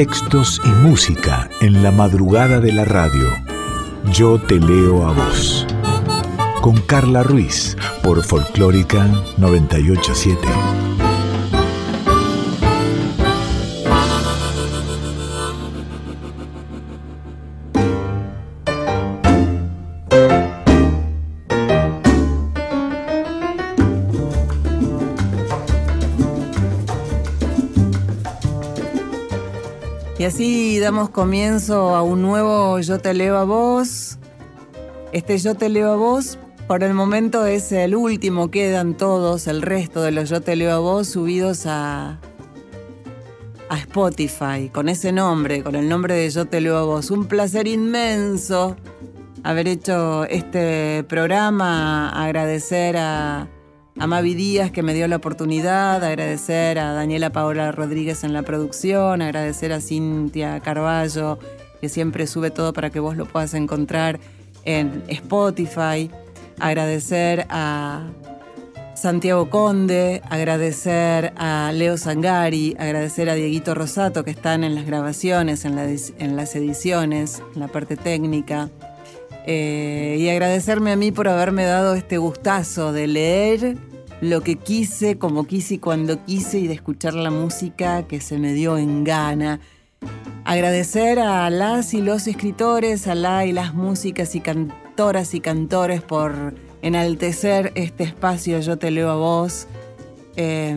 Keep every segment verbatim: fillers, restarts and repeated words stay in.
Textos y música en la madrugada de la radio. Yo te leo a vos. Con Carla Ruiz, por Folclórica noventa y ocho punto siete. Y así damos comienzo a un nuevo Yo te leo a vos. Este Yo te leo a vos, por el momento es el último, quedan todos, el resto de los Yo te leo a vos subidos a, a Spotify, con ese nombre, con el nombre de Yo te leo a vos. Un placer inmenso haber hecho este programa, agradecer a... a Mavi Díaz, que me dio la oportunidad, agradecer a Daniela Paola Rodríguez en la producción, agradecer a Cintia Carballo, que siempre sube todo para que vos lo puedas encontrar en Spotify, agradecer a Santiago Conde, agradecer a Leo Zangari, agradecer a Dieguito Rosato, que están en las grabaciones, en, la, en las ediciones, en la parte técnica. Eh, y agradecerme a mí por haberme dado este gustazo de leer lo que quise, como quise y cuando quise, y de escuchar la música que se me dio en gana. Agradecer a las y los escritores, a la y las músicas y cantoras y cantores por enaltecer este espacio Yo te leo a vos. Eh,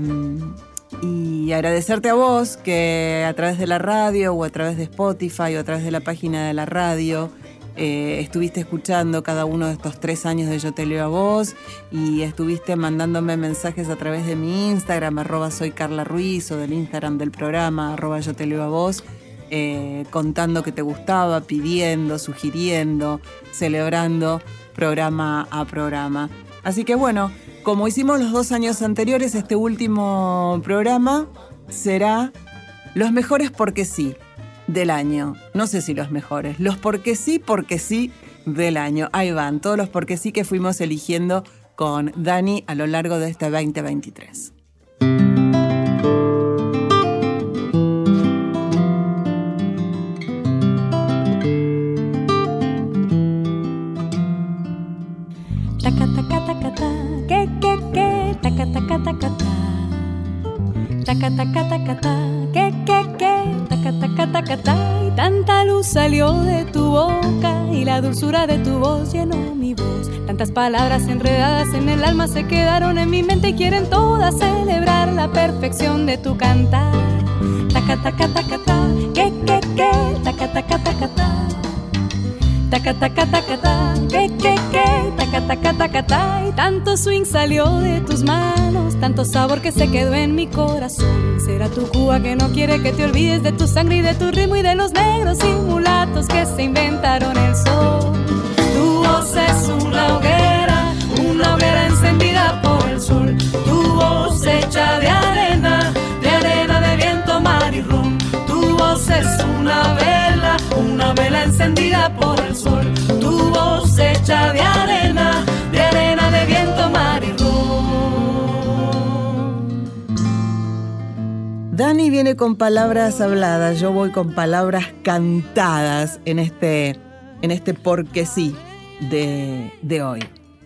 y agradecerte a vos que a través de la radio o a través de Spotify o a través de la página de la radio Eh, estuviste escuchando cada uno de estos tres años de Yo te leo a vos y estuviste mandándome mensajes a través de mi Instagram, arroba soy Carla Ruiz, o del Instagram del programa, arroba Yo te leo a vos, eh, contando que te gustaba, pidiendo, sugiriendo, celebrando programa a programa. Así que bueno, como hicimos los dos años anteriores, este último programa será los mejores porque sí del año. No sé si los mejores, los porque sí, porque sí del año. Ahí van, todos los porque sí que fuimos eligiendo con Dani a lo largo de este veinte veintitrés. Taca taca taca ta, que que que, taca taca taca ta. Taca taca taca ta, que que que, taca taca taca ta. Y tanta luz salió de tu boca y la dulzura de tu voz llenó mi voz. Tantas palabras enredadas en el alma se quedaron en mi mente y quieren todas celebrar la perfección de tu cantar. Taca taca taca ta, que que que, taca taca taca ta. Taca taca taca ta, que que que, taca taca taca ta. Y tanto swing salió de tus manos, tanto sabor que se quedó en mi corazón. Será tu Cuba que no quiere que te olvides de tu sangre y de tu ritmo y de los negros y mulatos que se inventaron el sol. Tu voz es una hoguera, una hoguera encendida por el sol. Tu voz hecha de arena, de arena, de viento, mar y rum. Tu voz es una vela, una vela encendida por el sol. Tu voz hecha de arena, de arena, de viento, mar y rum. Dani viene con palabras habladas, yo voy con palabras cantadas en este, en este porque sí de, de hoy.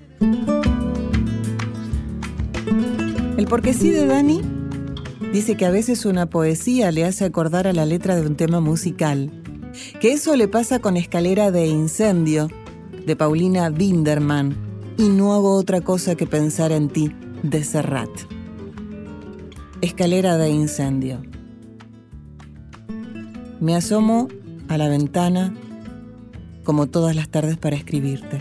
El porque sí de Dani dice que a veces una poesía le hace acordar a la letra de un tema musical, que eso le pasa con Escalera de Incendio, de Paulina Binderman, y No hago otra cosa que pensar en ti, de Serrat. Escalera de Incendio. Me asomo a la ventana como todas las tardes para escribirte.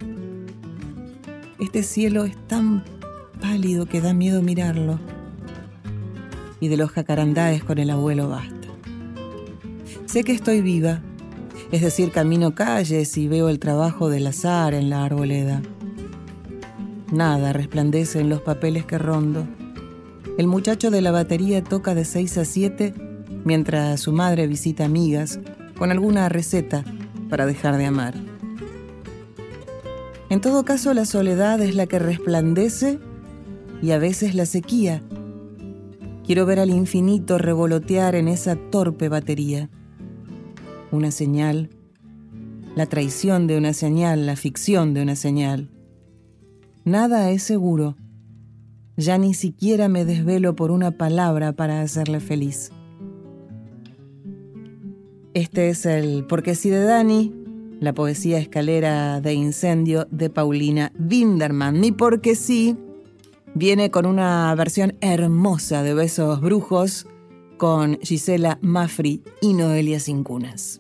Este cielo es tan pálido que da miedo mirarlo, y de los jacarandáes con el abuelo basta. Sé que estoy viva, es decir, camino calles y veo el trabajo del azar en la arboleda. Nada resplandece en los papeles que rondo. El muchacho de la batería toca de seis a siete mientras su madre visita amigas con alguna receta para dejar de amar. En todo caso, la soledad es la que resplandece y a veces la sequía. Quiero ver al infinito revolotear en esa torpe batería. Una señal, la traición de una señal, la ficción de una señal. Nada es seguro. Ya ni siquiera me desvelo por una palabra para hacerle feliz. Este es el Porque sí de Dani, la poesía escalera de incendio de Paulina Winderman. Mi Porque sí viene con una versión hermosa de Besos Brujos con Gisela Mafri y Noelia Cincunas.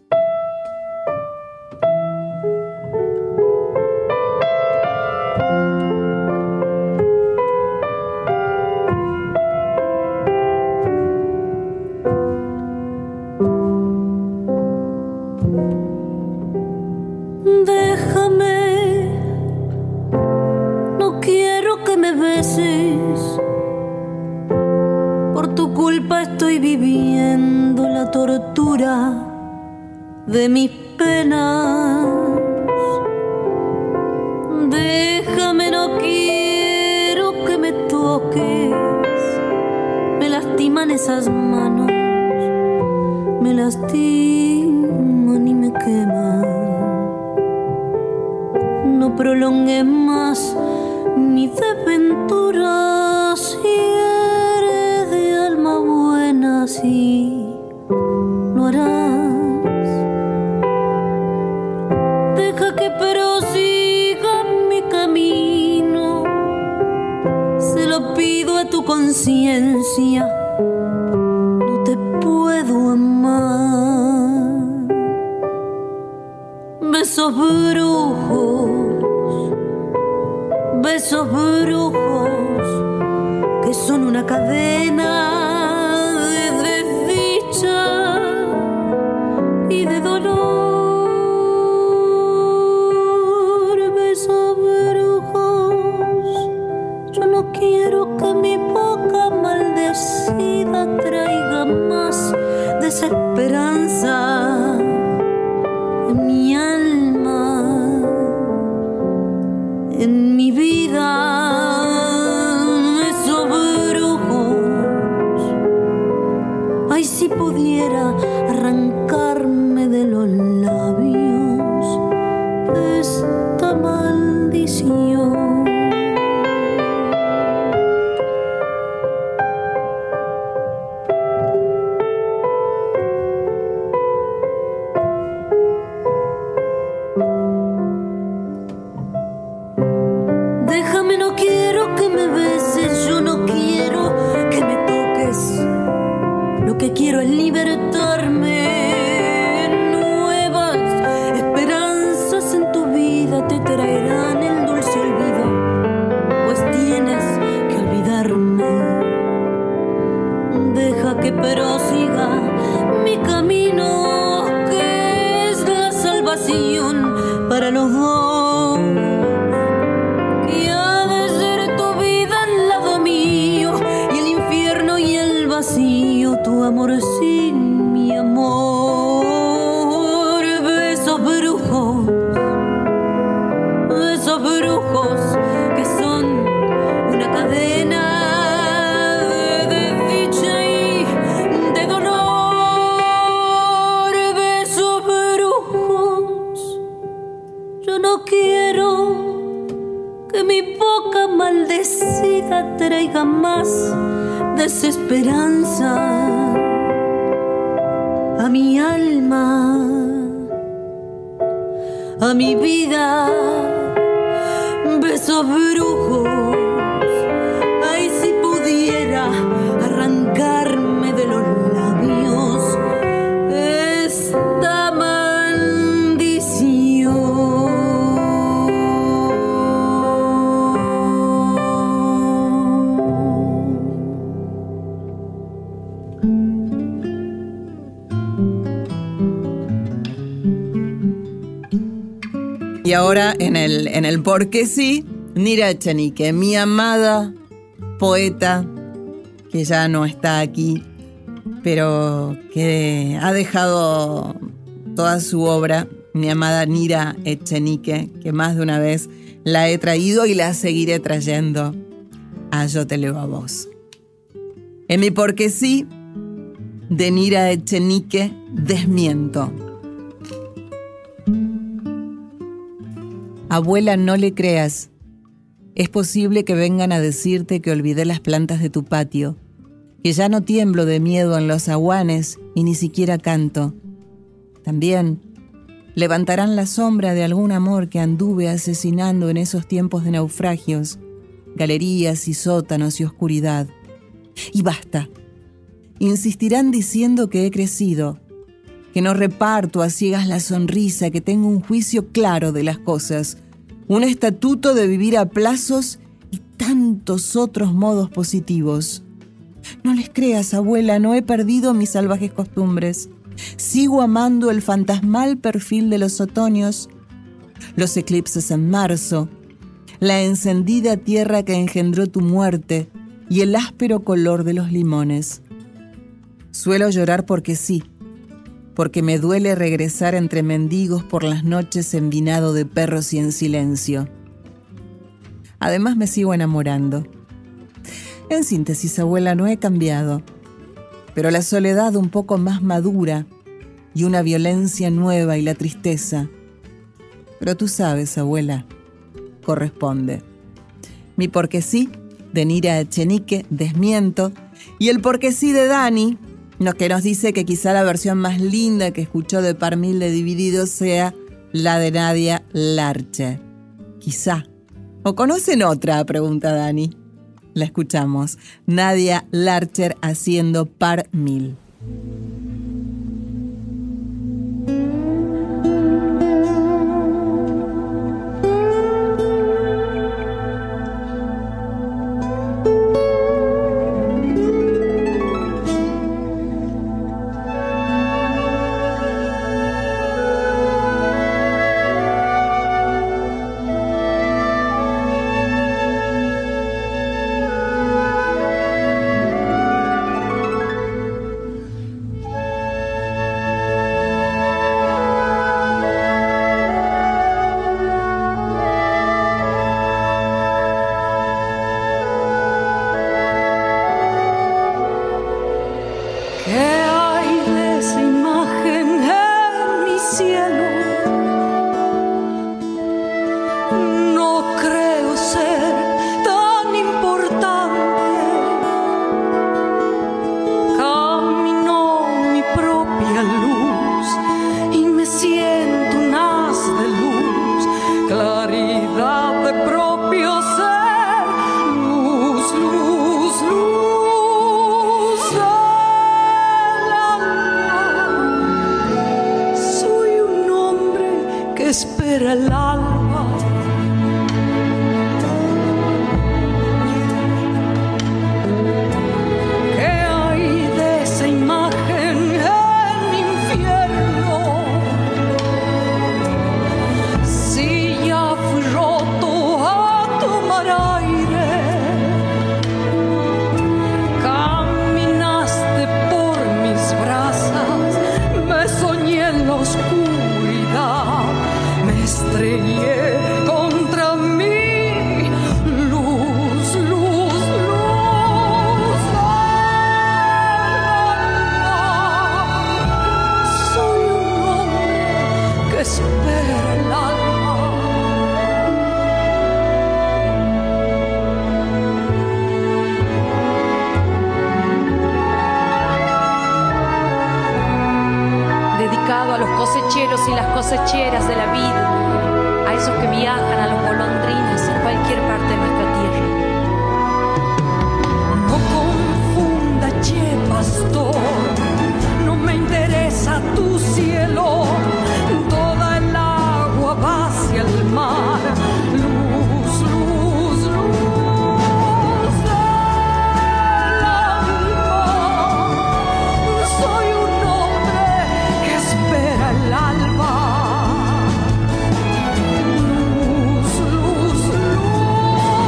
Estoy viviendo la tortura de mis penas. Déjame, no quiero que me toques. Me lastiman esas manos, me lastiman y me queman. No prolongues más mi desventura. Si eres de alma buena, así lo harás. Deja que prosiga mi camino. Se lo pido a tu conciencia. No te puedo amar. Besos brujos, besos brujos, que son una cadena de desdicha y de dolor. Besos brujos, yo no quiero que mi boca maldecida traiga más desesperanza en mi alma, en mi vida. Ay, si pudiera arrancarme de los labios esta maldición. Déjame, no quiero que me beses, yo no quiero que me toques. Lo que quiero es libertarme. Nuevas esperanzas en tu vida te traerán el dulce olvido, pues tienes que olvidarme. Deja que prosiga mi camino, que es la salvación para los dos. Que ha de ser tu vida al lado mío y el infierno y el vacío, tu amor sin mi amor. Besos brujos, besos brujos, que son una cadena de desdicha y de dolor. Besos brujos, yo no quiero que mi boca maldecida traiga más desesperanza a mi alma, a mi vida. Besos brujos, ay, si pudiera arrancarme de los labios esta maldición. Y ahora en el, en el Porque sí, Nira Echenique, mi amada poeta, que ya no está aquí, pero que ha dejado toda su obra, mi amada Nira Echenique, que más de una vez la he traído y la seguiré trayendo a Yo te leo a vos. En mi porque sí, de Nira Echenique, desmiento. Abuela, no le creas. Es posible que vengan a decirte que olvidé las plantas de tu patio, que ya no tiemblo de miedo en los aguanes y ni siquiera canto. También levantarán la sombra de algún amor que anduve asesinando en esos tiempos de naufragios, galerías y sótanos y oscuridad. Y basta. Insistirán diciendo que he crecido, que no reparto a ciegas la sonrisa, que tengo un juicio claro de las cosas, un estatuto de vivir a plazos y tantos otros modos positivos. No les creas, abuela, no he perdido mis salvajes costumbres. Sigo amando el fantasmal perfil de los otoños, los eclipses en marzo, la encendida tierra que engendró tu muerte y el áspero color de los limones. Suelo llorar porque sí, porque me duele regresar entre mendigos por las noches en vinado de perros y en silencio. Además me sigo enamorando. En síntesis, abuela, no he cambiado, pero la soledad un poco más madura y una violencia nueva y la tristeza. Pero tú sabes, abuela, corresponde. Mi porque sí, de Nira Echenique, desmiento, y el porque sí de Dani, lo que nos dice que quizá la versión más linda que escuchó de Par Mil de Divididos sea la de Nadia Larcher. Quizá. ¿O conocen otra?, pregunta Dani. La escuchamos. Nadia Larcher haciendo Par Mil. Luz, luz, luz.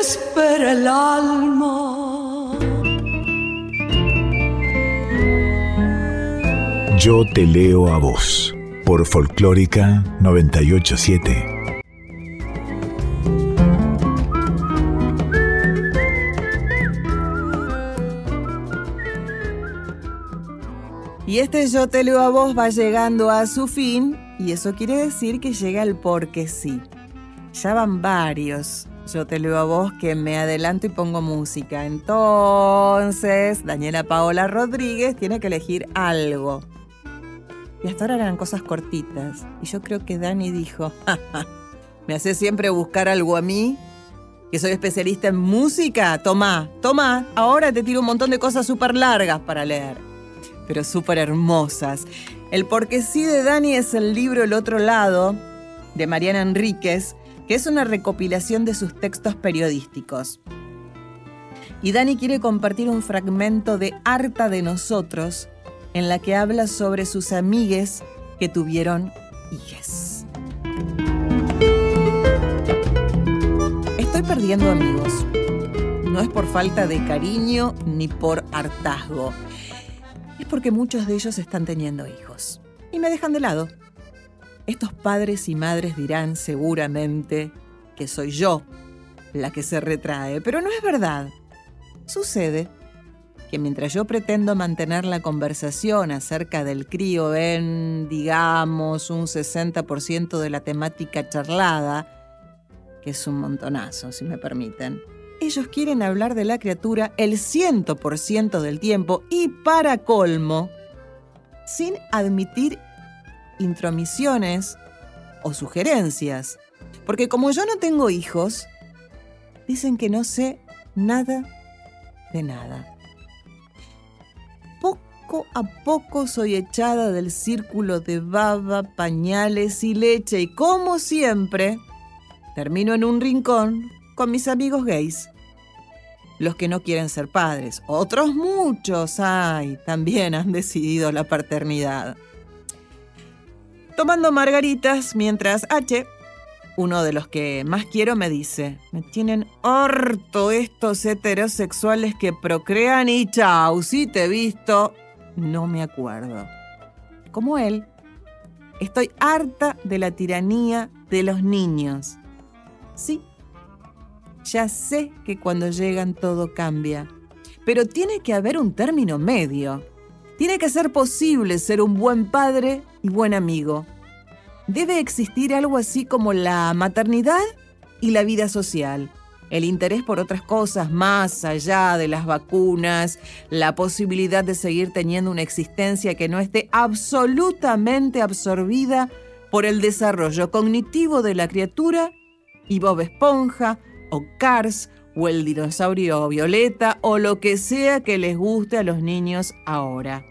espera el alma. Yo te leo a vos, por Folclórica noventa y ocho siete. Y este Yo te leo a vos va llegando a su fin, y eso quiere decir que llega el porque sí. Ya van varios Yo te leo a vos que me adelanto y pongo música. Entonces, Daniela Paola Rodríguez tiene que elegir algo. Y hasta ahora eran cosas cortitas. Y yo creo que Dani dijo, ja, ja, me hace siempre buscar algo a mí, que soy especialista en música. Tomá, tomá, ahora te tiro un montón de cosas súper largas para leer, pero súper hermosas. El porque sí de Dani es el libro El otro lado, de Mariana Enríquez, que es una recopilación de sus textos periodísticos. Y Dani quiere compartir un fragmento de Harta de nosotros, en la que habla sobre sus amigues que tuvieron hijes. Estoy perdiendo amigos. No es por falta de cariño ni por hartazgo. Es porque muchos de ellos están teniendo hijos y me dejan de lado. Estos padres y madres dirán seguramente que soy yo la que se retrae, pero no es verdad. Sucede que mientras yo pretendo mantener la conversación acerca del crío en, digamos, un sesenta por ciento de la temática charlada, que es un montonazo, si me permiten, ellos quieren hablar de la criatura el cien por ciento del tiempo y, para colmo, sin admitir intromisiones o sugerencias. Porque como yo no tengo hijos, dicen que no sé nada de nada. Poco a poco soy echada del círculo de baba, pañales y leche y, como siempre, termino en un rincón con mis amigos gays. Los que no quieren ser padres. Otros muchos, ay, también han decidido la paternidad. Tomando margaritas mientras H, uno de los que más quiero, me dice: me tienen harto estos heterosexuales que procrean y chau, si te he visto, no me acuerdo. Como él, estoy harta de la tiranía de los niños. Sí, ya sé que cuando llegan todo cambia, pero tiene que haber un término medio. Tiene que ser posible ser un buen padre y buen amigo. Debe existir algo así como la maternidad y la vida social, el interés por otras cosas más allá de las vacunas, la posibilidad de seguir teniendo una existencia que no esté absolutamente absorbida por el desarrollo cognitivo de la criatura y Bob Esponja, o Cars, o el dinosaurio Violeta, o lo que sea que les guste a los niños ahora.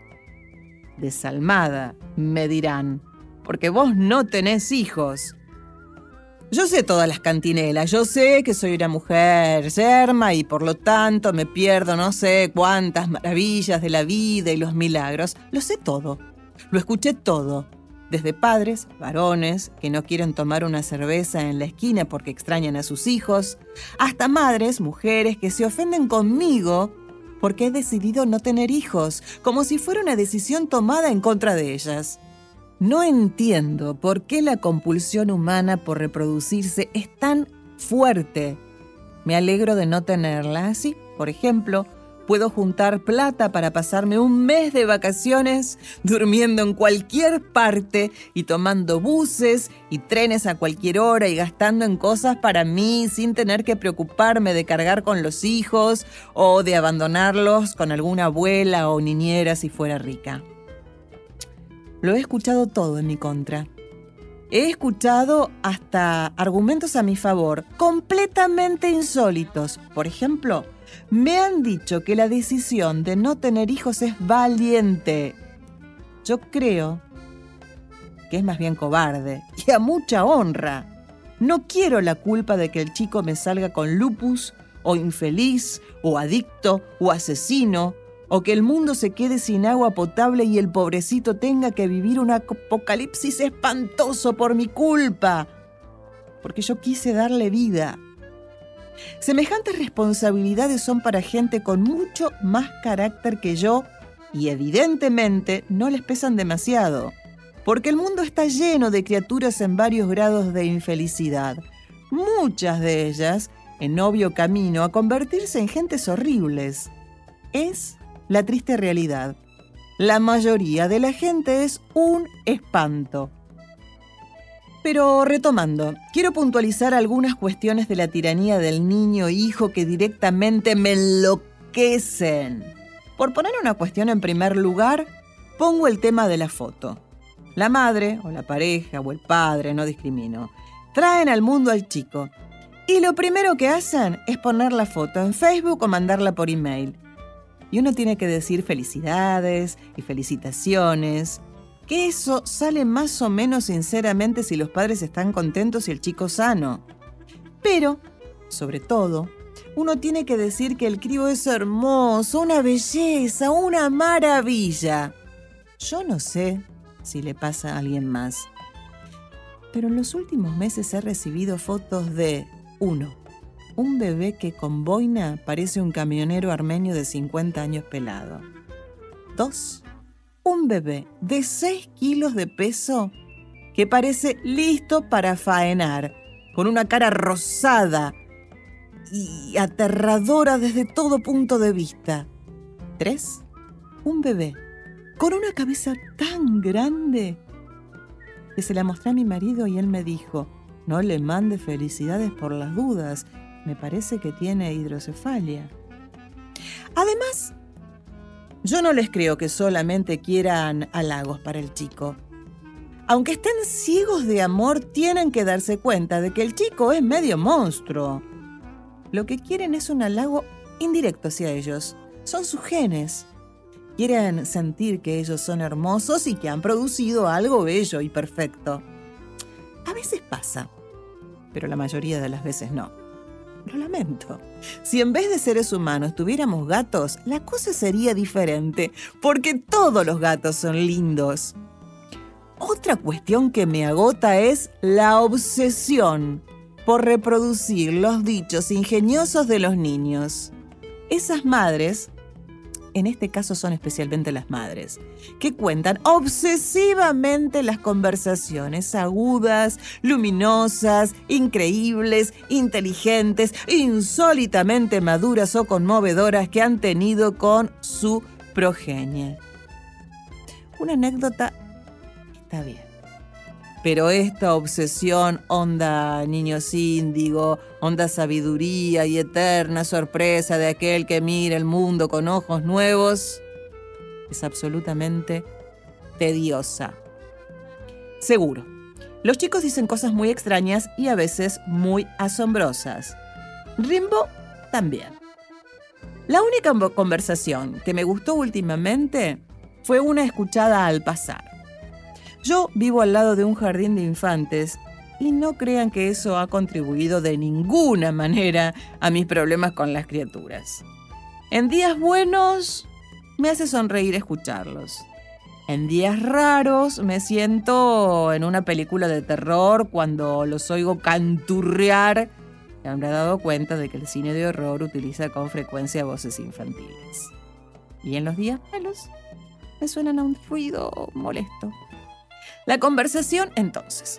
Desalmada, me dirán, porque vos no tenés hijos. Yo sé todas las cantinelas, yo sé que soy una mujer yerma y por lo tanto me pierdo no sé cuántas maravillas de la vida y los milagros. Lo sé todo, lo escuché todo. Desde padres, varones, que no quieren tomar una cerveza en la esquina porque extrañan a sus hijos, hasta madres, mujeres que se ofenden conmigo porque he decidido no tener hijos, como si fuera una decisión tomada en contra de ellas. No entiendo por qué la compulsión humana por reproducirse es tan fuerte. Me alegro de no tenerla. Así, por ejemplo, puedo juntar plata para pasarme un mes de vacaciones durmiendo en cualquier parte y tomando buses y trenes a cualquier hora y gastando en cosas para mí sin tener que preocuparme de cargar con los hijos o de abandonarlos con alguna abuela o niñera si fuera rica. Lo he escuchado todo en mi contra. He escuchado hasta argumentos a mi favor, completamente insólitos. Por ejemplo, me han dicho que la decisión de no tener hijos es valiente. Yo creo que es más bien cobarde y a mucha honra. No quiero la culpa de que el chico me salga con lupus, o infeliz, o adicto, o asesino, o que el mundo se quede sin agua potable y el pobrecito tenga que vivir un apocalipsis espantoso por mi culpa, porque yo quise darle vida. Semejantes responsabilidades son para gente con mucho más carácter que yo y evidentemente no les pesan demasiado, porque el mundo está lleno de criaturas en varios grados de infelicidad, muchas de ellas en obvio camino a convertirse en gentes horribles. Es la triste realidad. La mayoría de la gente es un espanto. Pero retomando, quiero puntualizar algunas cuestiones de la tiranía del niño e hijo que directamente me enloquecen. Por poner una cuestión en primer lugar, pongo el tema de la foto. La madre, o la pareja, o el padre, no discrimino, traen al mundo al chico. Y lo primero que hacen es poner la foto en Facebook o mandarla por email. Y uno tiene que decir felicidades y felicitaciones, que eso sale más o menos sinceramente si los padres están contentos y el chico sano. Pero, sobre todo, uno tiene que decir que el crío es hermoso, una belleza, una maravilla. Yo no sé si le pasa a alguien más, pero en los últimos meses he recibido fotos de, uno, un bebé que con boina parece un camionero armenio de cincuenta años pelado. Dos, un bebé de seis kilos de peso que parece listo para faenar, con una cara rosada y aterradora desde todo punto de vista. Tres, un bebé con una cabeza tan grande que se la mostré a mi marido y él me dijo, no le mande felicidades por las dudas, me parece que tiene hidrocefalia. Además, yo no les creo que solamente quieran halagos para el chico. Aunque estén ciegos de amor, tienen que darse cuenta de que el chico es medio monstruo. Lo que quieren es un halago indirecto hacia ellos. Son sus genes. Quieren sentir que ellos son hermosos y que han producido algo bello y perfecto. A veces pasa, pero la mayoría de las veces no. Lo lamento. Si en vez de seres humanos tuviéramos gatos, la cosa sería diferente, porque todos los gatos son lindos. Otra cuestión que me agota es la obsesión por reproducir los dichos ingeniosos de los niños. Esas madres, en este caso son especialmente las madres, que cuentan obsesivamente las conversaciones agudas, luminosas, increíbles, inteligentes, insólitamente maduras o conmovedoras que han tenido con su progenie. Una anécdota está bien. Pero esta obsesión, onda niños índigo, onda sabiduría y eterna sorpresa de aquel que mira el mundo con ojos nuevos, es absolutamente tediosa. Seguro, los chicos dicen cosas muy extrañas y a veces muy asombrosas. Rimbo también. La única conversación que me gustó últimamente fue una escuchada al pasar. Yo vivo al lado de un jardín de infantes y no crean que eso ha contribuido de ninguna manera a mis problemas con las criaturas. En días buenos me hace sonreír escucharlos. En días raros me siento en una película de terror cuando los oigo canturrear. Me habré dado cuenta de que el cine de horror utiliza con frecuencia voces infantiles. Y en los días malos me suenan a un ruido molesto. La conversación, entonces.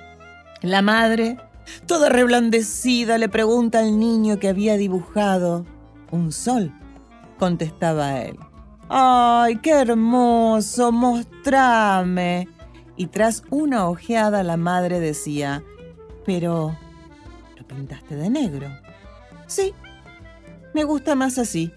La madre, toda reblandecida, le pregunta al niño que había dibujado. Un sol, contestaba a él. ¡Ay, qué hermoso! ¡Mostrame! Y tras una ojeada la madre decía, pero, ¿lo pintaste de negro? Sí, me gusta más así.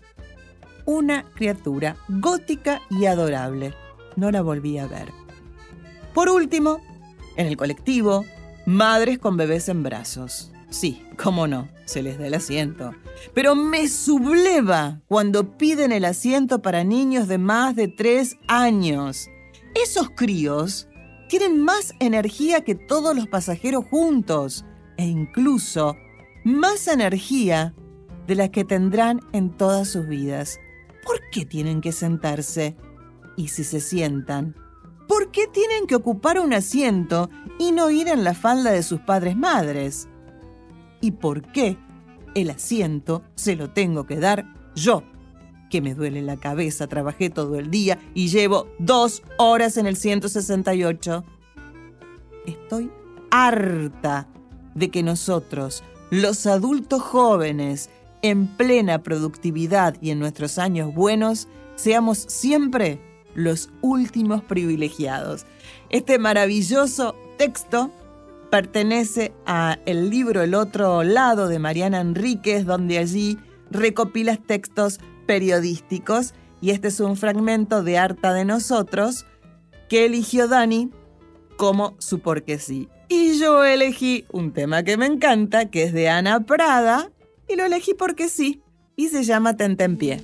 Una criatura gótica y adorable. No la volví a ver. Por último, en el colectivo, madres con bebés en brazos. Sí, cómo no, se les da el asiento. Pero me subleva cuando piden el asiento para niños de más de tres años. Esos críos tienen más energía que todos los pasajeros juntos e incluso más energía de la que tendrán en todas sus vidas. ¿Por qué tienen que sentarse? Y si se sientan, ¿por qué tienen que ocupar un asiento y no ir en la falda de sus padres madres? ¿Y por qué el asiento se lo tengo que dar yo, que me duele la cabeza, trabajé todo el día y llevo dos horas en el ciento sesenta y ocho. Estoy harta de que nosotros, los adultos jóvenes, en plena productividad y en nuestros años buenos, seamos siempre los últimos privilegiados. Este maravilloso texto pertenece a el libro El otro lado de Mariana Enríquez, donde allí recopilas textos periodísticos, y este es un fragmento de Harta de Nosotros que eligió Dani como su porque sí. Y yo elegí un tema que me encanta, que es de Ana Prada, y lo elegí porque sí, y se llama Tentempié.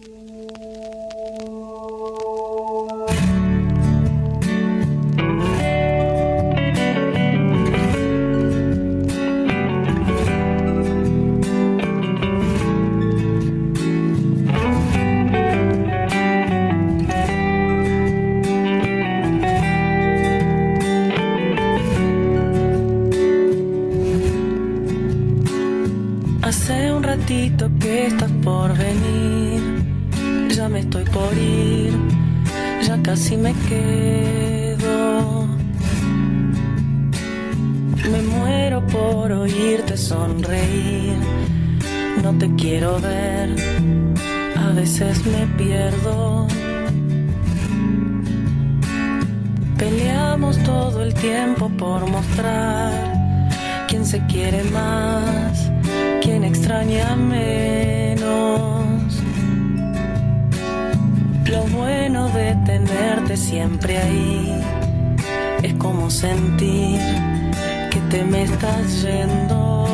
Hace un ratito que estás por venir, ya me estoy por ir, ya casi me quedo. Me muero por oírte sonreír, no te quiero ver, a veces me pierdo. Peleamos todo el tiempo por mostrar quién se quiere más, quién extraña menos. Lo bueno de tenerte siempre ahí es como sentir que te me estás yendo.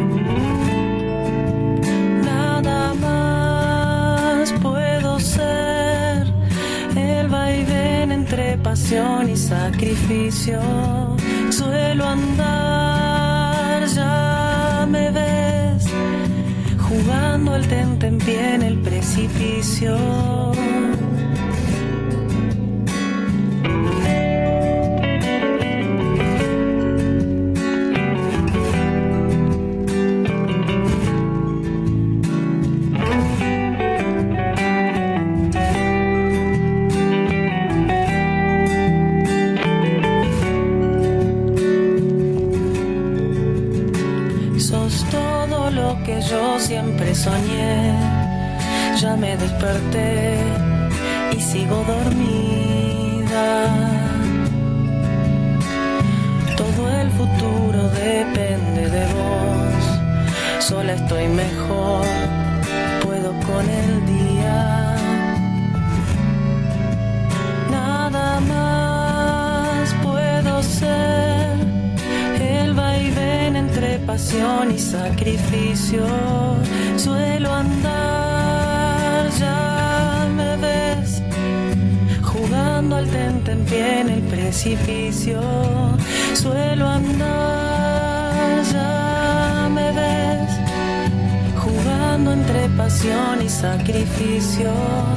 Nada más puedo ser el vaivén entre pasión y sacrificio. Suelo andar, ya me ves, jugando al tentempié en el precipicio. Yo siempre soñé, ya me desperté y sigo dormida. Todo el futuro depende de vos, sola estoy mejor, puedo con el día. Nada más puedo ser el vaivén entre pasión y sacrificio. Suelo andar, ya me ves, jugando al tentempié en el precipicio. Suelo andar, ya me ves, jugando entre pasión y sacrificio.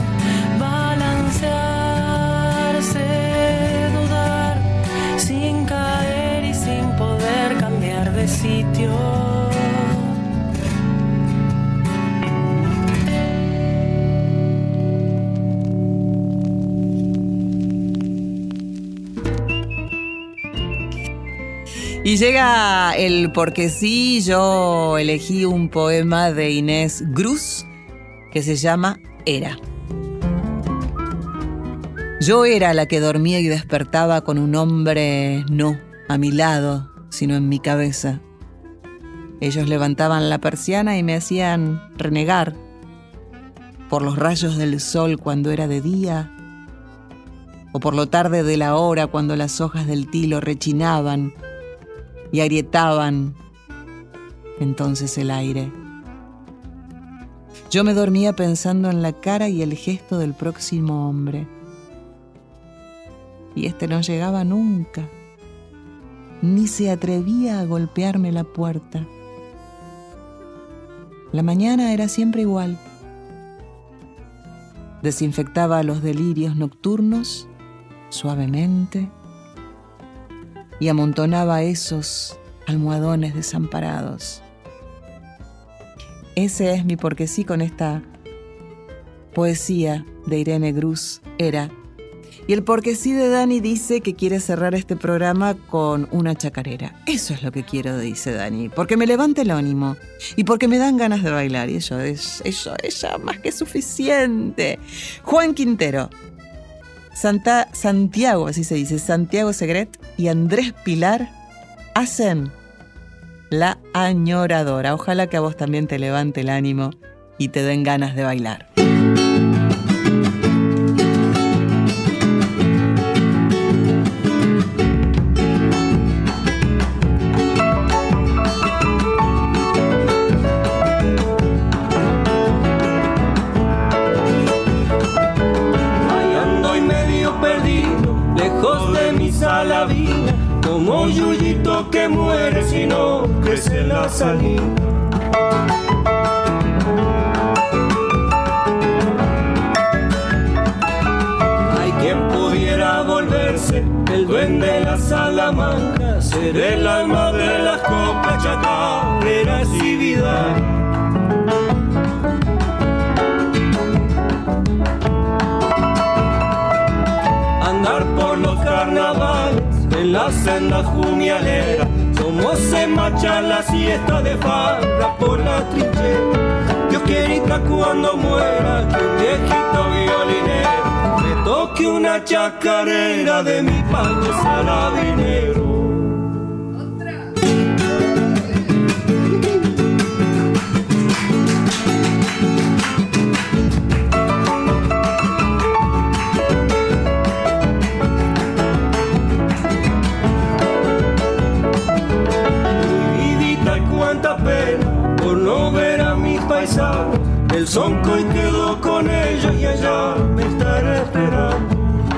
Balancearse, dudar, sin caer y sin poder cambiar de sitio. Y llega el porque sí, yo elegí un poema de Inés Gruz que se llama Era. Yo era la que dormía y despertaba con un hombre no a mi lado, sino en mi cabeza. Ellos levantaban la persiana y me hacían renegar por los rayos del sol cuando era de día, o por lo tarde de la hora cuando las hojas del tilo rechinaban y agrietaban entonces el aire. Yo me dormía pensando en la cara y el gesto del próximo hombre. Y este no llegaba nunca, ni se atrevía a golpearme la puerta. La mañana era siempre igual. Desinfectaba los delirios nocturnos suavemente y amontonaba esos almohadones desamparados. Ese es mi porque sí con esta poesía de Irene Gruz, Era. Y el porque sí de Dani dice que quiere cerrar este programa con una chacarera. Eso es lo que quiero, dice Dani, porque me levanta el ánimo y porque me dan ganas de bailar. Y eso es, eso es ya más que suficiente. Juan Quintero, Santa, Santiago, así se dice, Santiago Segret y Andrés Pilar hacen La Añoradora. Ojalá que a vos también te levante el ánimo y te den ganas de bailar. Como yuyito que muere si no crece la salida. Hay quien pudiera volverse el duende de la Salamanca, ser el alma de las coplas chacareras y vida. Andar por los carnavales en la senda junialera, como se marcha la siesta de farra por la trinchera. Dios quiera cuando muera que un viejito violinero me toque una chacarera de mi padre salabinero. Pena por no ver a mis paisanos, el sonco y quedó con ellos y allá me estará esperando.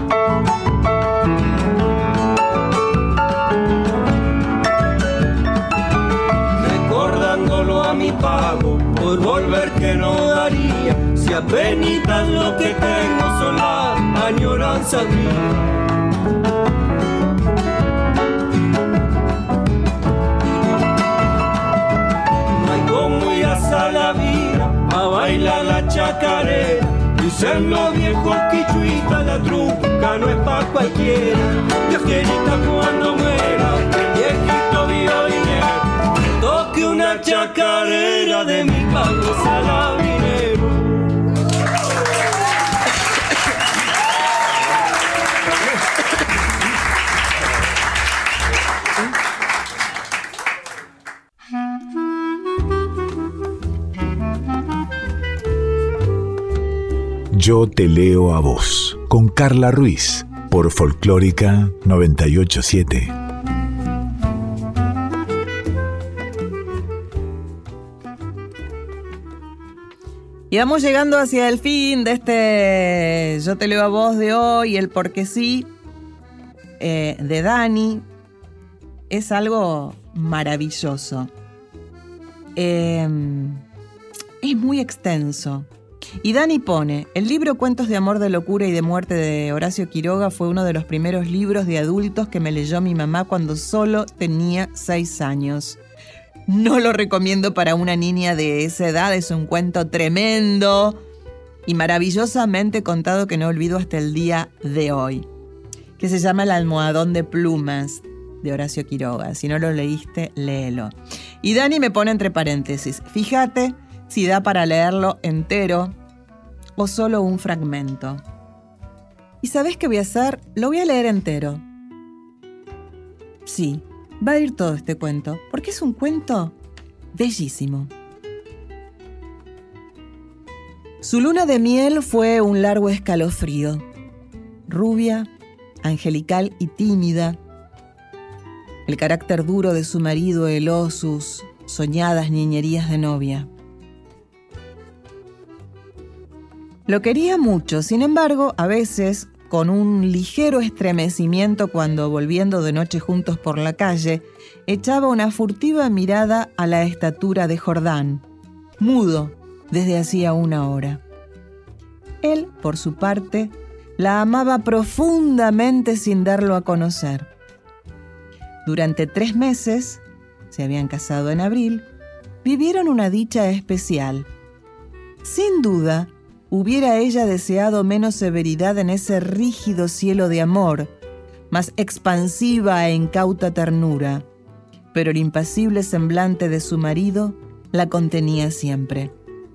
Recordándolo a mi pago por volver que no daría, si apenitas lo que tengo son las añoranzas mías. A la vida a bailar la chacarera, dicen los viejos quichuitas, la truca no es pa' cualquiera. Dios quiera cuando muera el viejito violinero toque una chacarera de mi padre salabinero. Yo te leo a vos, con Carla Ruiz, por Folclórica noventa y ocho punto siete. Y vamos llegando hacia el fin de este Yo te leo a vos de hoy, el porque sí eh, de Dani. Es algo maravilloso. Eh, es muy extenso. Y Dani pone, el libro Cuentos de amor, de locura y de muerte de Horacio Quiroga fue uno de los primeros libros de adultos que me leyó mi mamá cuando solo tenía seis años. No lo recomiendo para una niña de esa edad, es un cuento tremendo y maravillosamente contado que no olvido hasta el día de hoy, que se llama El almohadón de plumas de Horacio Quiroga. Si no lo leíste, léelo. Y Dani me pone entre paréntesis, fíjate si da para leerlo entero o solo un fragmento. ¿Y sabés qué voy a hacer? Lo voy a leer entero. Sí, va a ir todo este cuento, porque es un cuento bellísimo. Su luna de miel fue un largo escalofrío. Rubia, angelical y tímida. El carácter duro de su marido heló sus soñadas niñerías de novia. Lo quería mucho, sin embargo, a veces, con un ligero estremecimiento cuando, volviendo de noche juntos por la calle, echaba una furtiva mirada a la estatura de Jordán, mudo desde hacía una hora. Él, por su parte, la amaba profundamente sin darlo a conocer. Durante tres meses, se habían casado en abril, vivieron una dicha especial. Sin duda, hubiera ella deseado menos severidad en ese rígido cielo de amor, más expansiva e incauta ternura, pero el impasible semblante de su marido la contenía siempre.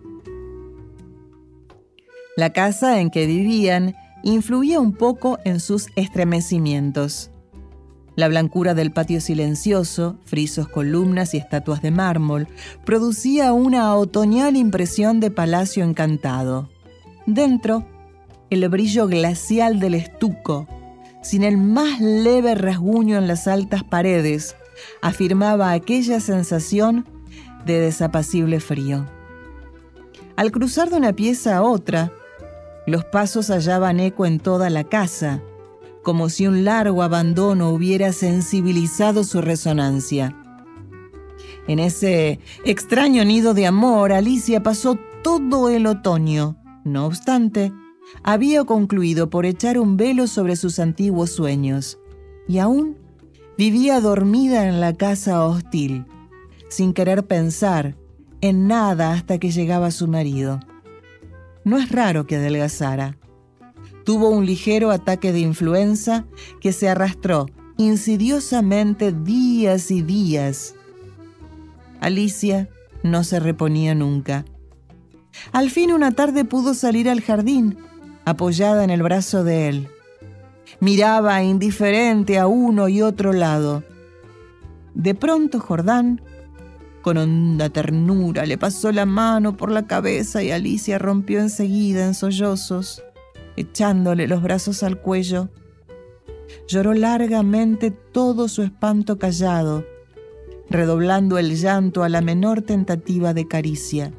La casa en que vivían influía un poco en sus estremecimientos. La blancura del patio silencioso, frisos, columnas y estatuas de mármol, producía una otoñal impresión de palacio encantado. Dentro, el brillo glacial del estuco, sin el más leve rasguño en las altas paredes, afirmaba aquella sensación de desapacible frío. Al cruzar de una pieza a otra, los pasos hallaban eco en toda la casa, como si un largo abandono hubiera sensibilizado su resonancia. En ese extraño nido de amor, Alicia pasó todo el otoño. No obstante, había concluido por echar un velo sobre sus antiguos sueños, y aún vivía dormida en la casa hostil, sin querer pensar en nada hasta que llegaba su marido. No es raro que adelgazara. Tuvo un ligero ataque de influenza que se arrastró insidiosamente días y días. Alicia no se reponía nunca. Al fin una tarde pudo salir al jardín, apoyada en el brazo de él. Miraba indiferente a uno y otro lado. De pronto Jordán, con honda ternura, le pasó la mano por la cabeza y Alicia rompió enseguida en sollozos, echándole los brazos al cuello. Lloró largamente todo su espanto callado, redoblando el llanto a la menor tentativa de caricia.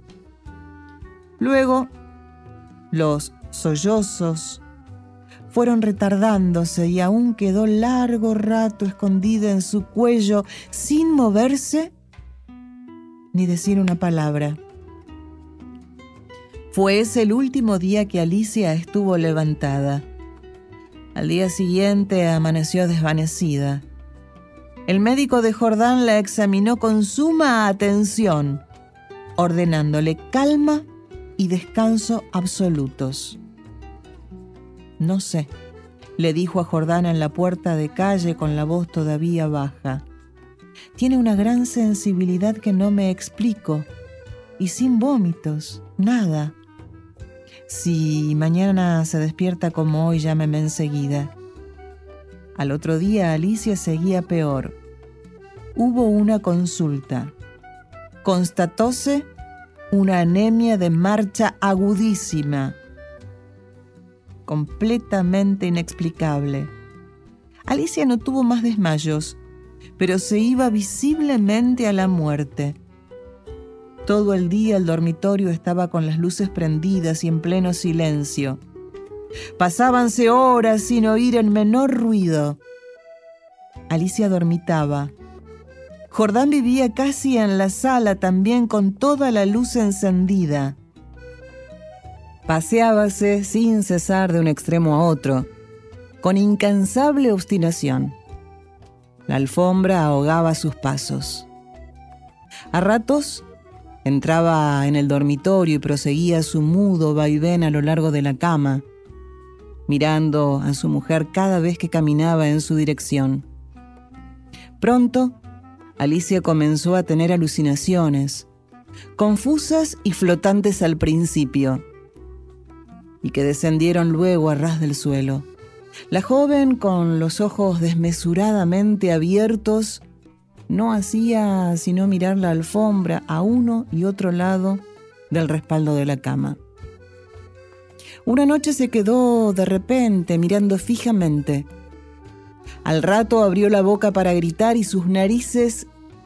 Luego, los sollozos fueron retardándose y aún quedó largo rato escondida en su cuello sin moverse ni decir una palabra. Fue ese el último día que Alicia estuvo levantada. Al día siguiente amaneció desvanecida. El médico de Jordán la examinó con suma atención, ordenándole calma y descanso absolutos. «No sé», le dijo a Jordán en la puerta de calle con la voz todavía baja. «Tiene una gran sensibilidad que no me explico, y sin vómitos, nada. Si mañana se despierta como hoy, llámeme enseguida». Al otro día Alicia seguía peor. Hubo una consulta. Constatóse una anemia de marcha agudísima, completamente inexplicable. Alicia no tuvo más desmayos, pero se iba visiblemente a la muerte. Todo el día el dormitorio estaba con las luces prendidas y en pleno silencio. Pasábanse horas sin oír el menor ruido. Alicia dormitaba. Jordán vivía casi en la sala también con toda la luz encendida. Paseábase sin cesar de un extremo a otro, con incansable obstinación. La alfombra ahogaba sus pasos. A ratos entraba en el dormitorio y proseguía su mudo vaivén a lo largo de la cama, mirando a su mujer cada vez que caminaba en su dirección. Pronto, Alicia comenzó a tener alucinaciones, confusas y flotantes al principio, y que descendieron luego a ras del suelo. La joven, con los ojos desmesuradamente abiertos, no hacía sino mirar la alfombra a uno y otro lado del respaldo de la cama. Una noche se quedó de repente mirando fijamente. Al rato abrió la boca para gritar y sus narices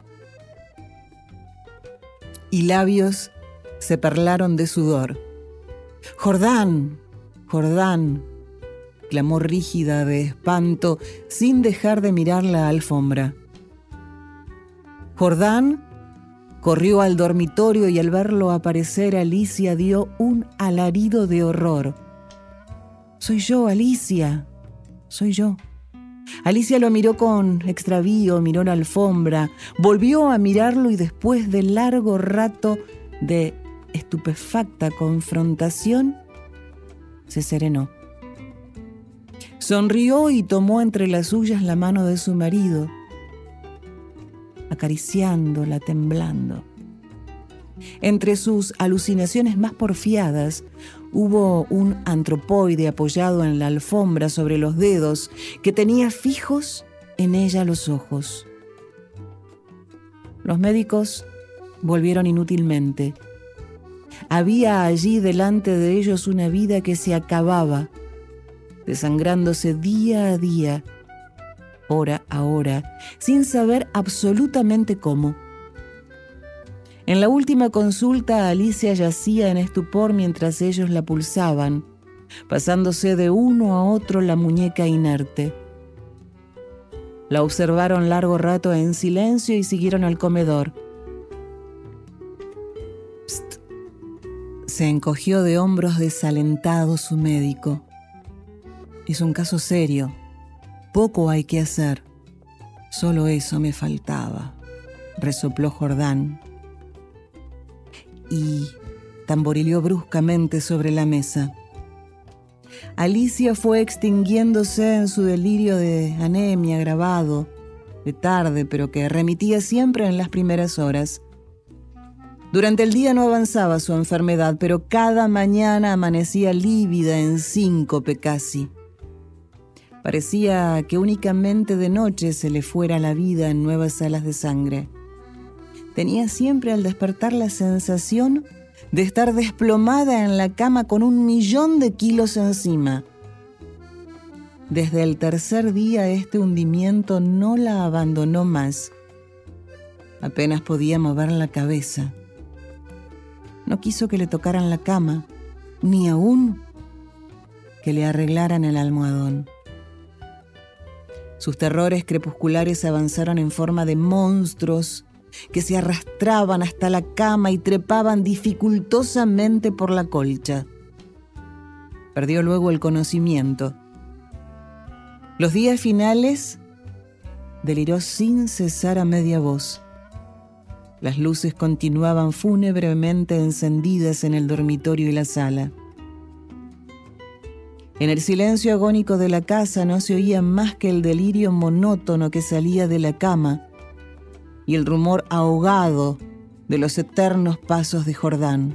y labios se perlaron de sudor. «Jordán, Jordán», clamó rígida de espanto sin dejar de mirar la alfombra. Jordán corrió al dormitorio y al verlo aparecer Alicia dio un alarido de horror. «Soy yo, Alicia, soy yo», Alicia lo miró con extravío, miró la alfombra, volvió a mirarlo y después de largo rato de estupefacta confrontación, se serenó. Sonrió y tomó entre las suyas la mano de su marido, acariciándola, temblando. Entre sus alucinaciones más porfiadas, hubo un antropoide apoyado en la alfombra sobre los dedos que tenía fijos en ella los ojos. Los médicos volvieron inútilmente. Había allí delante de ellos una vida que se acababa, desangrándose día a día, hora a hora, sin saber absolutamente cómo. En la última consulta, Alicia yacía en estupor mientras ellos la pulsaban, pasándose de uno a otro la muñeca inerte. La observaron largo rato en silencio y siguieron al comedor. Psst. Se encogió de hombros desalentado su médico. Es un caso serio. Poco hay que hacer. Solo eso me faltaba, resopló Jordán. Y tamborileó bruscamente sobre la mesa. Alicia fue extinguiéndose en su delirio de anemia agravado, de tarde, pero que remitía siempre en las primeras horas. Durante el día no avanzaba su enfermedad, pero cada mañana amanecía lívida en síncope casi. Parecía que únicamente de noche se le fuera la vida en nuevas alas de sangre. Tenía siempre al despertar la sensación de estar desplomada en la cama con un millón de kilos encima. Desde el tercer día este hundimiento no la abandonó más. Apenas podía mover la cabeza. No quiso que le tocaran la cama, ni aún que le arreglaran el almohadón. Sus terrores crepusculares avanzaron en forma de monstruos que se arrastraban hasta la cama y trepaban dificultosamente por la colcha. Perdió luego el conocimiento. Los días finales deliró sin cesar a media voz. Las luces continuaban fúnebremente encendidas en el dormitorio y la sala. En el silencio agónico de la casa no se oía más que el delirio monótono que salía de la cama y el rumor ahogado de los eternos pasos de Jordán.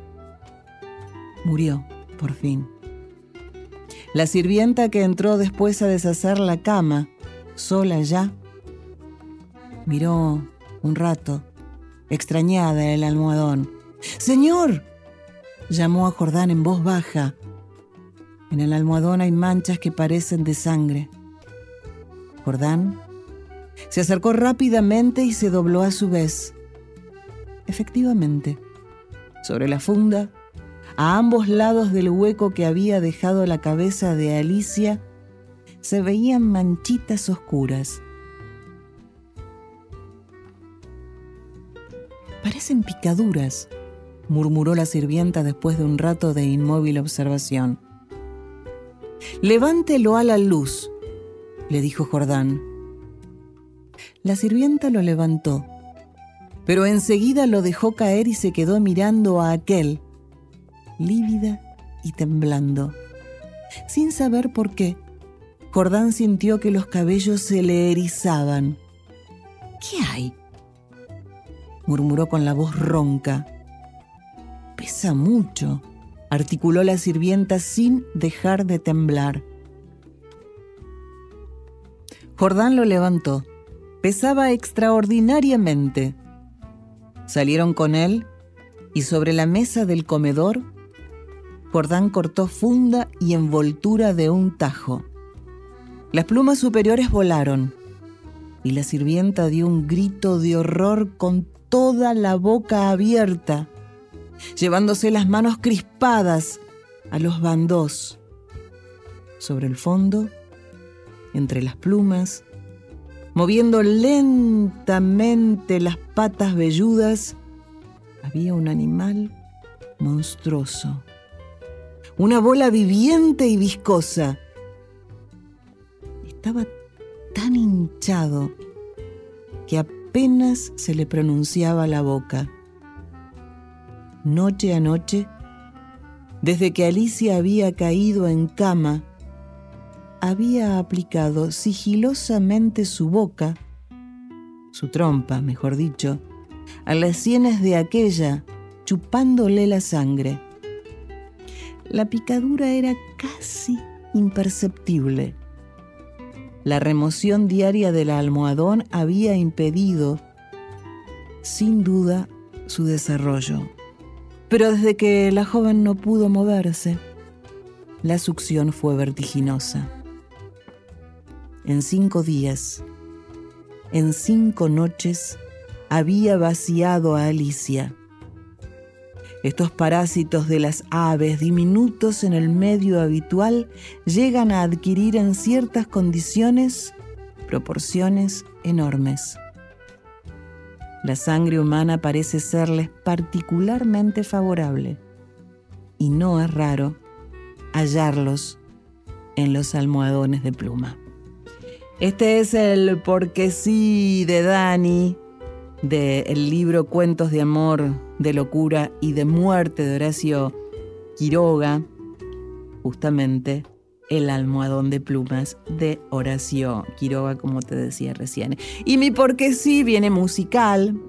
Murió, por fin. La sirvienta que entró después a deshacer la cama, sola ya, miró un rato, extrañada, el almohadón. ¡Señor!, llamó a Jordán en voz baja. En el almohadón hay manchas que parecen de sangre. Jordán se acercó rápidamente y se dobló a su vez. Efectivamente, sobre la funda, a ambos lados del hueco que había dejado la cabeza de Alicia, se veían manchitas oscuras. Parecen picaduras, murmuró la sirvienta después de un rato de inmóvil observación. Levántelo a la luz, le dijo Jordán. La sirvienta lo levantó, pero enseguida lo dejó caer y se quedó mirando a aquel, lívida y temblando. Sin saber por qué, Jordán sintió que los cabellos se le erizaban. ¿Qué hay?, murmuró con la voz ronca. Pesa mucho, articuló la sirvienta sin dejar de temblar. Jordán lo levantó. Pesaba extraordinariamente. Salieron con él y sobre la mesa del comedor, Jordán cortó funda y envoltura de un tajo. Las plumas superiores volaron y la sirvienta dio un grito de horror con toda la boca abierta, llevándose las manos crispadas a los bandós. Sobre el fondo, entre las plumas, moviendo lentamente las patas velludas, había un animal monstruoso, una bola viviente y viscosa. Estaba tan hinchado que apenas se le pronunciaba la boca. Noche a noche, desde que Alicia había caído en cama, había aplicado sigilosamente su boca, su trompa, mejor dicho, a las sienes de aquella, chupándole la sangre. La picadura era casi imperceptible. La remoción diaria del almohadón había impedido, sin duda, su desarrollo. Pero desde que la joven no pudo moverse, la succión fue vertiginosa. En cinco días, en cinco noches, había vaciado a Alicia. Estos parásitos de las aves, diminutos en el medio habitual, llegan a adquirir en ciertas condiciones proporciones enormes. La sangre humana parece serles particularmente favorable, y no es raro hallarlos en los almohadones de pluma. Este es el Porque sí de Dani, del libro Cuentos de amor, de locura y de muerte de Horacio Quiroga, justamente El almohadón de plumas de Horacio Quiroga, como te decía recién. Y mi Porque sí viene musical,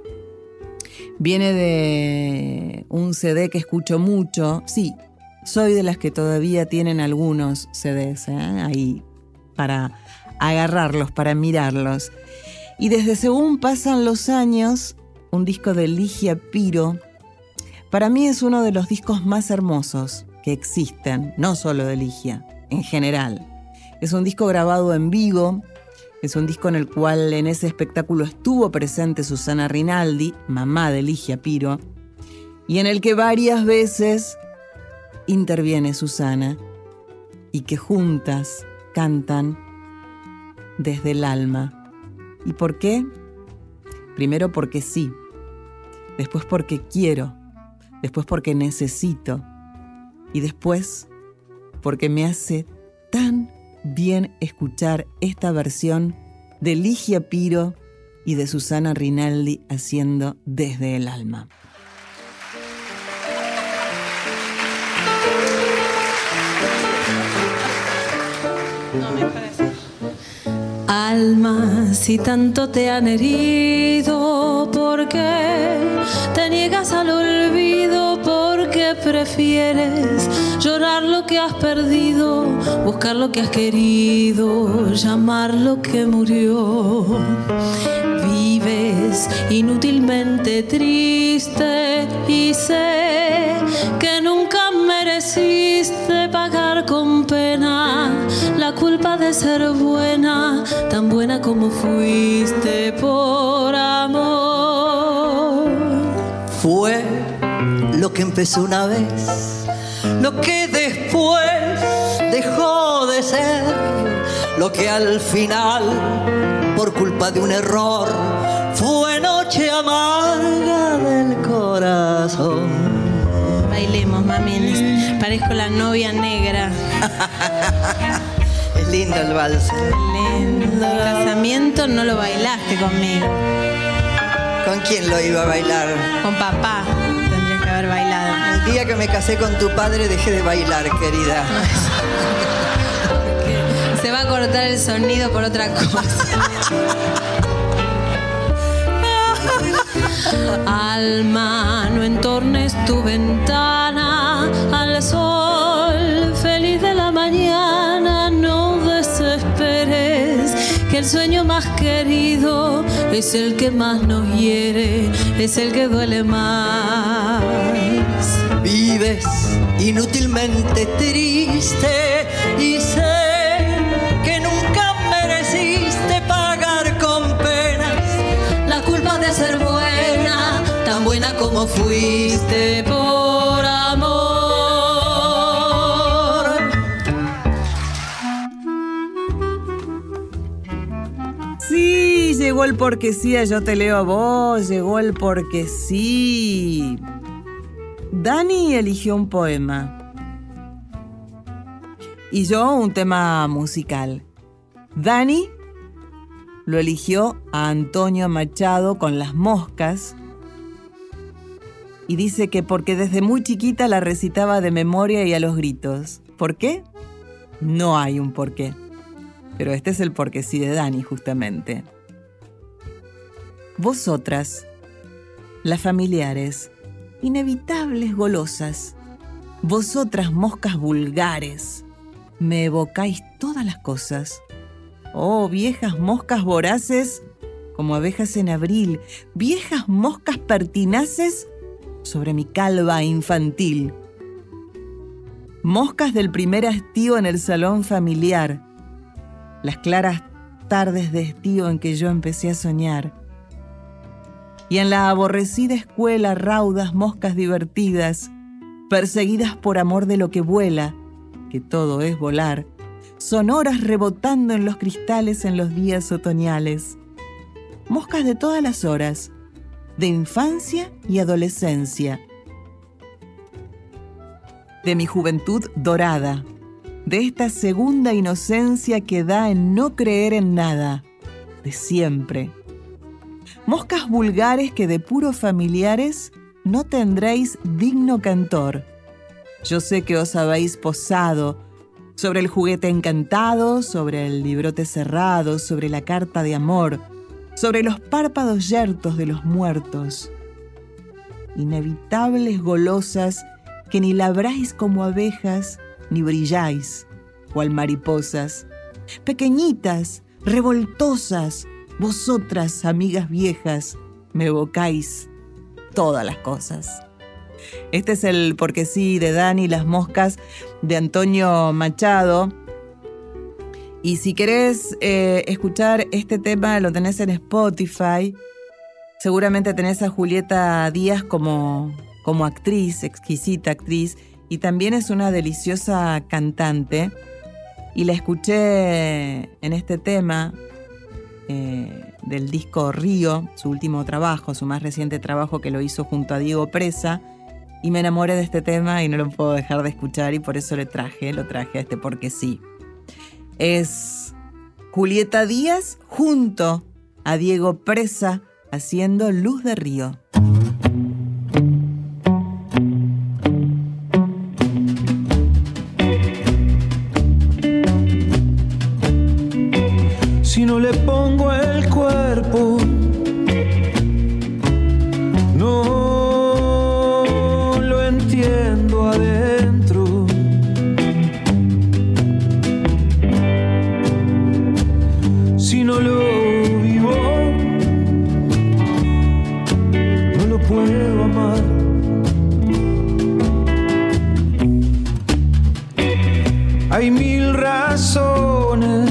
viene de un C D que escucho mucho. Sí, soy de las que todavía tienen algunos C Ds, ¿eh? Ahí para agarrarlos, para mirarlos. Y desde Según pasan los años, un disco de Ligia Piro, para mí es uno de los discos más hermosos que existen, no solo de Ligia, en general. Es un disco grabado en vivo, es un disco en el cual en ese espectáculo estuvo presente Susana Rinaldi, mamá de Ligia Piro, y en el que varias veces interviene Susana, y que juntas cantan desde el alma. ¿Y por qué? Primero porque sí, después porque quiero, después porque necesito y después porque me hace tan bien escuchar esta versión de Ligia Piro y de Susana Rinaldi haciendo Desde el alma. No me parece. Alma, si tanto te han herido, ¿por qué te niegas al olvido? ¿Por qué prefieres llorar lo que has perdido, buscar lo que has querido, llamar lo que murió? Vives inútilmente triste y sé que nunca mereciste pagar con pena la culpa de ser buena, tan buena como fuiste por amor. Fue lo que empezó una vez, lo que después dejó de ser, lo que al final, por culpa de un error, fue noche amarga del corazón. Bailemos, mami, parezco la novia negra. Es lindo el vals. Lindo. El casamiento no lo bailaste conmigo. ¿Con quién lo iba a bailar? Con papá tendrías que haber bailado. El día que me casé con tu padre dejé de bailar, querida. Se va a cortar el sonido por otra cosa. Alma, no entornes tu ventana al sol feliz de la mañana, no desesperes, que el sueño más querido es el que más nos hiere, es el que duele más. Vives inútilmente triste y sé que nunca mereciste pagar con penas la culpa de ser buena, tan buena como fuiste por amor. Sí, llegó el Porque sí a Yo te leo a vos, llegó el Porque sí. Dani eligió un poema y yo un tema musical. Dani lo eligió a Antonio Machado con Las Moscas y dice que porque desde muy chiquita la recitaba de memoria y a los gritos. ¿Por qué? No hay un porqué. Pero este es el porque sí de Dani, justamente. Vosotras, las familiares, inevitables golosas, vosotras moscas vulgares, me evocáis todas las cosas. Oh, viejas moscas voraces, como abejas en abril, viejas moscas pertinaces sobre mi calva infantil. Moscas del primer hastío en el salón familiar, las claras tardes de estío en que yo empecé a soñar. Y en la aborrecida escuela raudas moscas divertidas, perseguidas por amor de lo que vuela, que todo es volar, sonoras rebotando en los cristales en los días otoñales. Moscas de todas las horas, de infancia y adolescencia. De mi juventud dorada, de esta segunda inocencia que da en no creer en nada, de siempre. Moscas vulgares que de puros familiares no tendréis digno cantor. Yo sé que os habéis posado sobre el juguete encantado, sobre el librote cerrado, sobre la carta de amor, sobre los párpados yertos de los muertos. Inevitables golosas que ni labráis como abejas, ni brilláis, cual mariposas. Pequeñitas, revoltosas, vosotras, amigas viejas, me evocáis todas las cosas. Este es el porque sí de Dani, Las Moscas, de Antonio Machado. Y si querés eh, escuchar este tema, lo tenés en Spotify. Seguramente tenés a Julieta Díaz como, como actriz, exquisita actriz, y también es una deliciosa cantante. Y la escuché en este tema eh, del disco Río, su último trabajo, su más reciente trabajo que lo hizo junto a Diego Presa, y me enamoré de este tema y no lo puedo dejar de escuchar y por eso le traje, lo traje a este porque sí. Es Julieta Díaz junto a Diego Presa haciendo Luz de Río. Si no le pongo el cuerpo, no lo entiendo adentro. Si no lo vivo, no lo puedo amar. Hay mil razones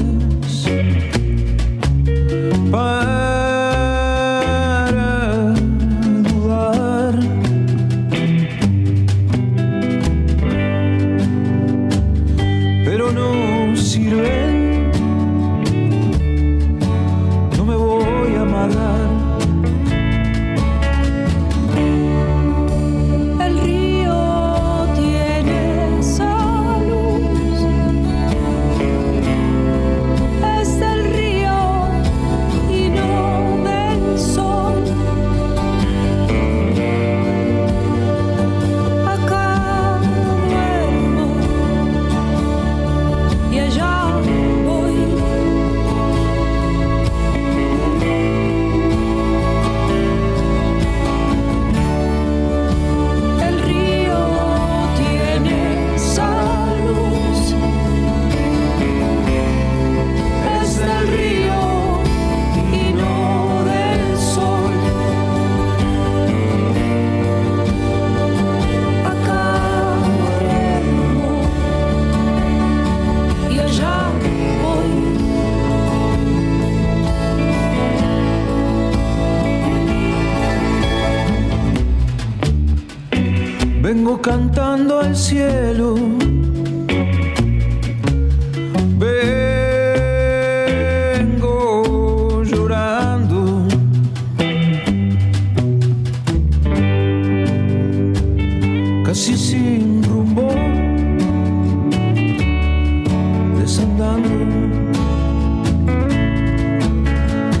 para dudar, pero no sirven, no me voy a amarrar. El río tiene esa luz, es del río y no del sol. Acá duermo y allá voy. El río tiene esa luz, es del río y no del sol. Acá duermo y allá voy. Vengo cantando al cielo, vengo llorando, casi sin rumbo, desandando.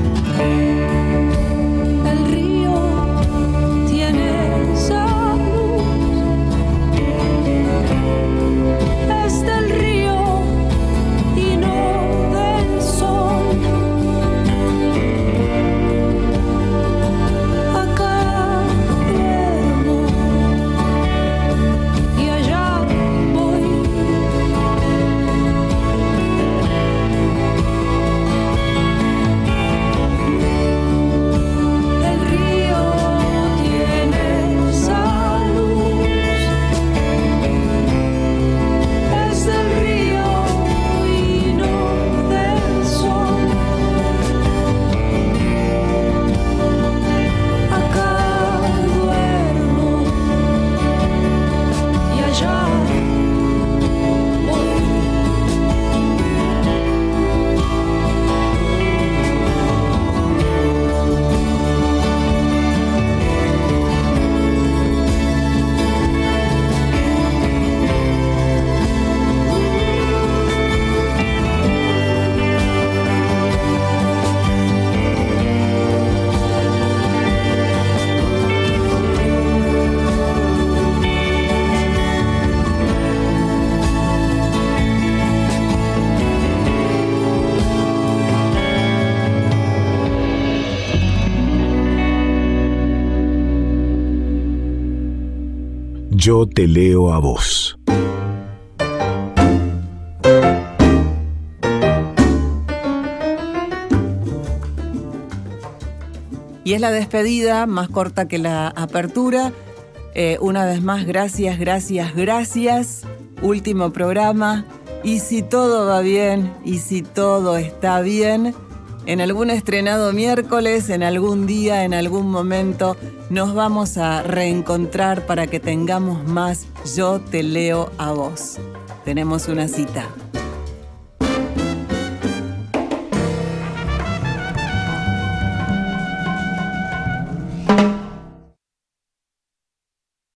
Yo te leo a vos. Y es la despedida más corta que la apertura. Eh, una vez más, gracias, gracias, gracias. Último programa. Y si todo va bien, y si todo está bien, en algún estrenado miércoles, en algún día, en algún momento, nos vamos a reencontrar para que tengamos más Yo te leo a vos. Tenemos una cita.